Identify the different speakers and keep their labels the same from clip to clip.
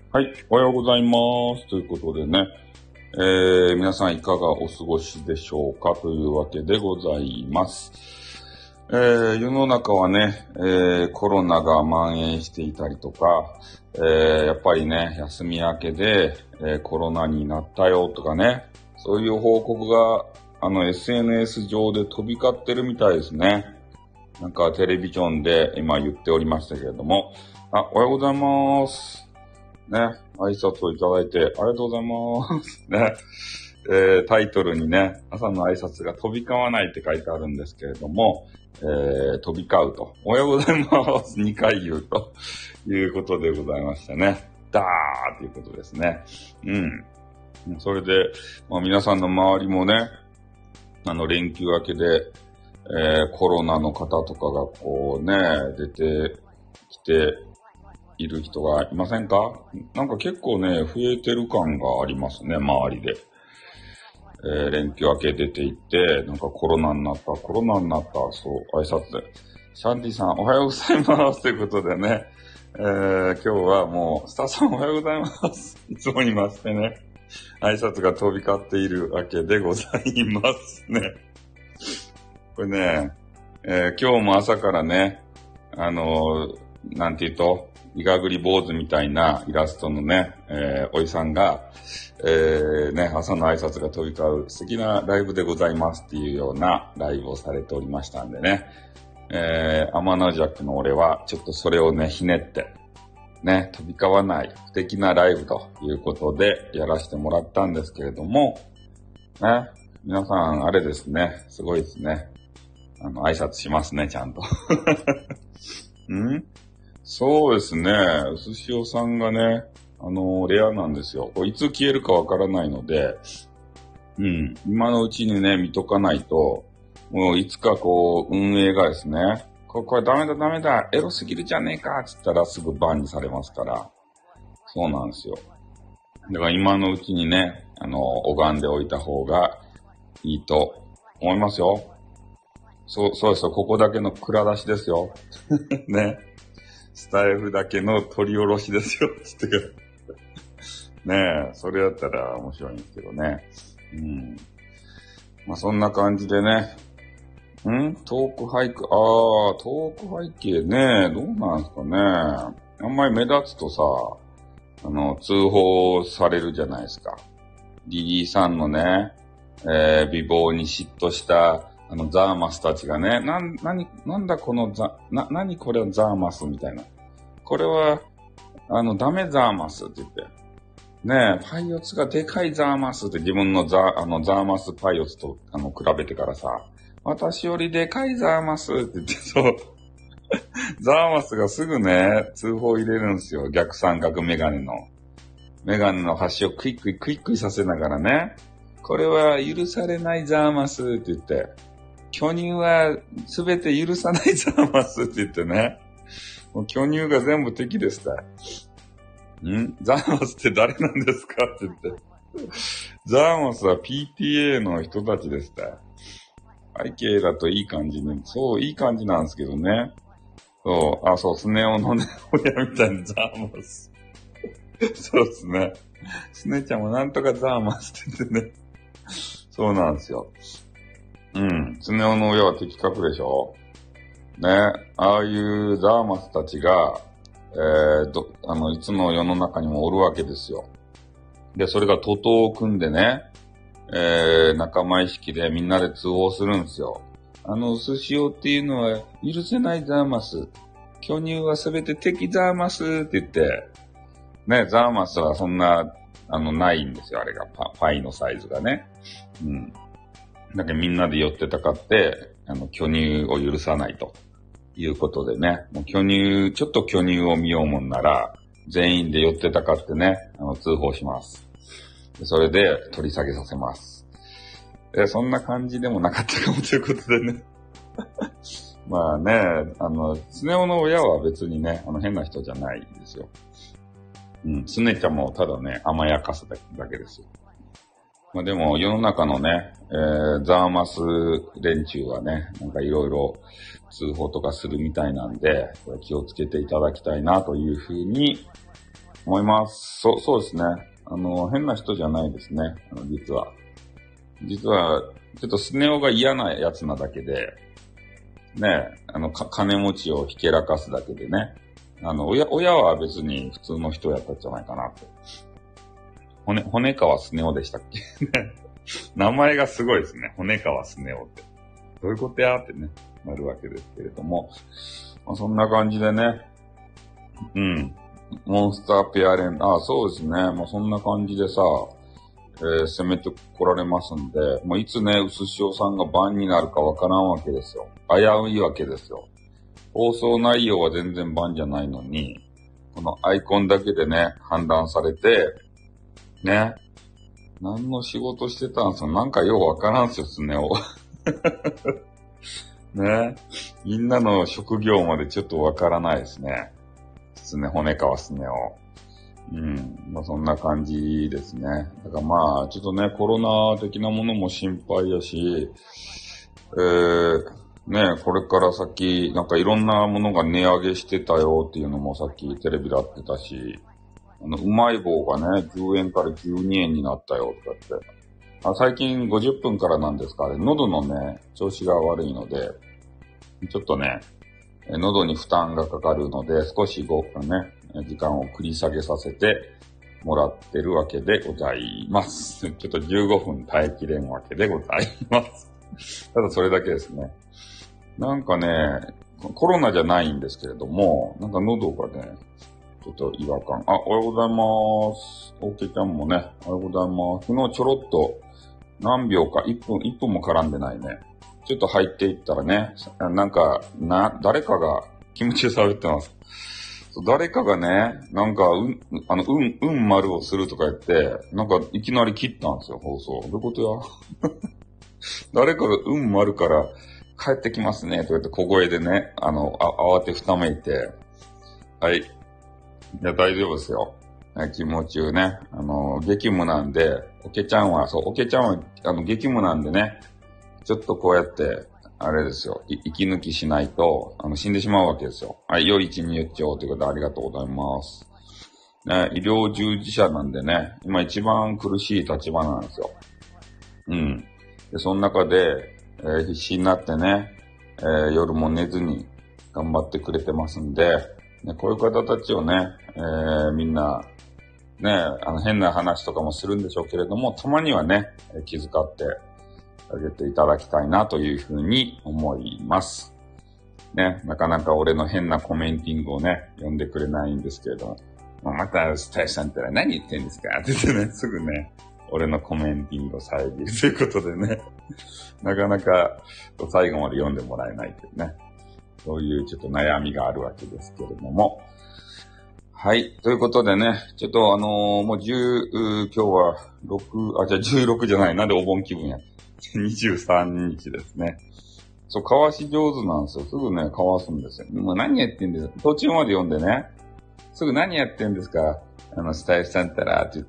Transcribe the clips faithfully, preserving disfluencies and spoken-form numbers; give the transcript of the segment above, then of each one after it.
Speaker 1: はい、おはようございます。ということでね、えー、皆さんいかがお過ごしでしょうかというわけでございます。えー、世の中はね、えー、コロナが蔓延していたりとか、えー、やっぱりね、休み明けで、えー、コロナになったよとかね、そういう報告が、あの、エスエヌエス 上で飛び交ってるみたいですね。なんかテレビジョンで今言っておりましたけれども、あ、おはようございます。ね、挨拶をいただいてありがとうございます。ね、えー、タイトルにね、朝の挨拶が飛び交わないって書いてあるんですけれども、えー、飛び交うと。おはようございます。にかい言うということでございましたね。ダーということですね。うん。それで、まあ、皆さんの周りもね、あの、連休明けで、えー、コロナの方とかがこうね、出てきて、いる人がいませんか？なんか結構ね、増えてる感がありますね、周りで。えー、連休明け出て行って、なんかコロナになった、コロナになった、そう、挨拶で。シャンディさん、おはようございます。ということでね、えー、今日はもう、スターさんおはようございます。いつもにましてね、挨拶が飛び交っているわけでございますね。これね、えー、今日も朝からね、あのー、なんて言うと、いがぐり坊主みたいなイラストのね、えー、おじさんが、えー、ね、朝の挨拶が飛び交う素敵なライブでございますっていうようなライブをされておりましたんでね、えー、アマナジャックの俺はちょっとそれをね、ひねって、ね、飛び交わない素敵なライブということでやらせてもらったんですけれども、ね、皆さんあれですね、すごいですね。あの、挨拶しますね、ちゃんと。んそうですね。うすしおさんがね、あの、レアなんですよ。いつ消えるかわからないので、うん、今のうちにね、見とかないと、もういつかこう、運営がですね、ここれダメだダメだ、エロすぎるじゃねえか、つったらすぐバンにされますから、そうなんですよ。だから今のうちにね、あの、拝んでおいた方がいいと思いますよ。そう、そうですよ。ここだけの蔵出しですよ。ね。スタイフだけの取り下ろしですよ。つってけど。ねえ、それやったら面白いんですけどね。うん。まあそんな感じでね。んトーク俳句。ああ、トーク背景ね。どうなんですかね。あんまり目立つとさ、あの、通報されるじゃないですか。リリーさんのね、えー、美貌に嫉妬した、あの、ザーマスたちがね、なん、なに、なんだこのザ、な、なにこれはザーマスみたいな。これは、あの、ダメザーマスって言って。ねえ、パイオツがでかいザーマスって自分のザ、あの、ザーマスパイオツと、あの、比べてからさ、私よりでかいザーマスって言って、そう。ザーマスがすぐね、通報入れるんですよ。逆三角メガネの。メガネの端をクイックイクイックイさせながらね。これは許されないザーマスって言って、巨乳はすべて許さないザーマスって言ってね。もう巨乳が全部敵でした。んザーマスって誰なんですかって言って。ザーマスは ピーティーエー の人たちでした。背景だといい感じね。そう、いい感じなんですけどね。そう、あ、そう、スネ夫のね、親みたいなザーマス。そうですね。スネちゃんもなんとかザーマスって言ってね。そうなんですよ。うん。スネ夫の親は的確でしょ？ね。ああいうザーマスたちが、えーと、あの、いつの世の中にもおるわけですよ。で、それが徒党を組んでね、えー、仲間意識でみんなで通報するんですよ。あの、寿司をっていうのは許せないザーマス。巨乳はすべて敵ザーマスって言って、ね、ザーマスはそんな、あの、ないんですよ、あれが、パ、パイのサイズがね。うん。だけどみんなで寄ってたかって、あの、巨乳を許さないということでね、もう巨乳、ちょっと巨乳を見ようもんなら、全員で寄ってたかってね、あの、通報します。それで取り下げさせます。え、そんな感じでもなかったかもということでね。まあね、あの、スネ夫の親は別にね、あの変な人じゃないんですよ。うん、スネちゃんもただね、甘やかすだけですよ。まあでも世の中のね、えー、ザーマス連中はね、なんかいろいろ通報とかするみたいなんで、気をつけていただきたいなというふうに思います。そう、そうですね。あの、変な人じゃないですね。あの、実は。実は、ちょっとスネ夫が嫌なやつなだけで、ね、あの、か、金持ちをひけらかすだけでね。あの、親、親は別に普通の人やったんじゃないかなって。骨、骨川スネ夫でしたっけ名前がすごいですね。骨川スネ夫って。どういうことやってね、なるわけですけれども。まあ、そんな感じでね。うん。モンスターペアレン、ああ、そうですね。まあ、そんな感じでさ、えー、攻めてこられますんで、もういつね、うすしおさんが番になるかわからんわけですよ。危ういわけですよ。放送内容は全然番じゃないのに、このアイコンだけでね、判断されて、ね、何の仕事してたんすよ。なんかようわからんすよ、スネ夫。ね、みんなの職業までちょっとわからないですね。スネ、骨川スネ夫。うん。まあそんな感じですね。だからまあ、ちょっとね、コロナ的なものも心配やし、えー、ね、これから先、なんかいろんなものが値上げしてたよっていうのもさっきテレビであってたし、あの、うまい棒がね、じゅうえんからじゅうにえんになったよとかって。あ、最近ごじゅっぷんからなんですか、あれ、喉のね、調子が悪いので、ちょっとね、喉に負担がかかるので、少しご、ね、時間を繰り下げさせてもらってるわけでございます。ちょっとじゅうごふん耐えきれんわけでございます。ただそれだけですね。なんかね、コロナじゃないんですけれども、なんか喉がね、ちょっと違和感。あ、おはようございます。オーケーちゃんもね、おはようございます。昨日ちょろっと何秒か、いっぷん、いっぷんも絡んでないね。ちょっと入っていったらね、なんか、な、誰かが気持ちよされてます。誰かがね、なんか、うん、あの、うん、うん丸をするとか言って、なんか、いきなり切ったんですよ、放送。どういうことや誰かがうん丸から帰ってきますね、とか言って小声でね、あの、あ、慌てふためいて、はい。いや、大丈夫ですよ。気持ちよね。あの、激務なんで、おけちゃんは、そう、おけちゃんは、あの、激務なんでね、ちょっとこうやって、あれですよ、息抜きしないと、あの、死んでしまうわけですよ。はい、良い一日をということでありがとうございます。ね、医療従事者なんでね、今一番苦しい立場なんですよ。うん。で、その中で、えー、必死になってね、えー、夜も寝ずに頑張ってくれてますんで、ね、こういう方たちをね、えー、みんな、ね、あの、変な話とかもするんでしょうけれども、たまにはね、気遣ってあげていただきたいなというふうに思います。ね、なかなか俺の変なコメンティングをね、読んでくれないんですけれども、まあ、またスタイルさんって何言ってんですかって言ってね、すぐね、俺のコメンティングを遮るということでね、なかなか最後まで読んでもらえないというね、そういうちょっと悩みがあるわけですけれども、はい。ということでね、ちょっとあのー、もうじゅう、今日はろく、あ、じゃあじゅうろくじゃない。なんでお盆気分や。にじゅうさんにちですね。そう、かわし上手なんですよ。すぐね、かわすんですよ。もう何やってんですか、途中まで読んでね、すぐ何やってんですか、あの、スタイルさんたらって言って、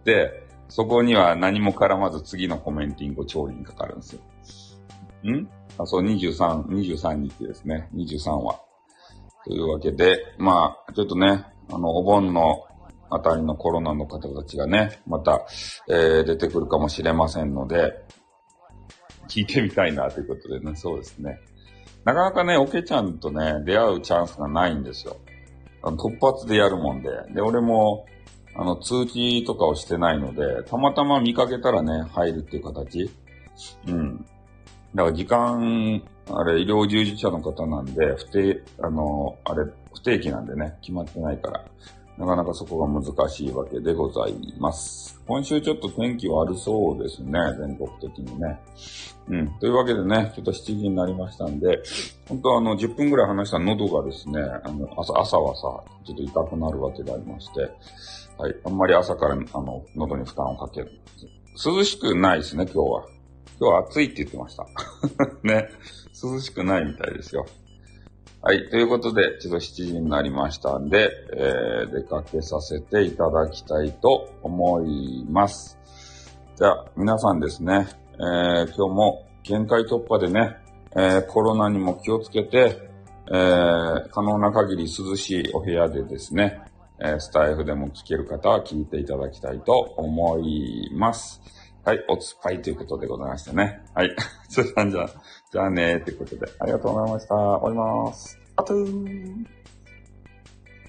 Speaker 1: そこには何も絡まず次のコメンティングを調理にかかるんですよ。んあ、そう、にじゅうさん、にじゅうさんにちですね。にじゅうさんわ。というわけで、まあ、ちょっとね、あの、お盆のあたりのコロナの方たちがね、また、えー、出てくるかもしれませんので、聞いてみたいなということでね、そうですね。なかなかね、おけちゃんとね、出会うチャンスがないんですよ。あの突発でやるもんで。で、俺も、あの、通知とかをしてないので、たまたま見かけたらね、入るっていう形。うん。だから時間、あれ、医療従事者の方なんで、不定、あの、あれ、不定期なんでね、決まってないから、なかなかそこが難しいわけでございます。今週ちょっと天気悪そうですね、全国的にね。うん。というわけでね、ちょっとしちじになりましたんで、本当はあの、じゅっぷんぐらい話した喉がですね、あの、朝、朝はさ、ちょっと痛くなるわけでありまして、はい。あんまり朝から、あの、喉に負担をかける。涼しくないですね、今日は。今日は暑いって言ってました。ね。涼しくないみたいですよ。はい。ということで、ちょっとしちじになりましたんで、えー、出かけさせていただきたいと思います。じゃあ、皆さんですね、えー、今日も限界突破でね、えー、コロナにも気をつけて、えー、可能な限り涼しいお部屋でですね、 えー、スタイフでも聞ける方は聞いていただきたいと思います。はい、おつぱいということでございましてね。はい。それじゃあ、じゃあねーということで、ありがとうございました。終わります。あとー。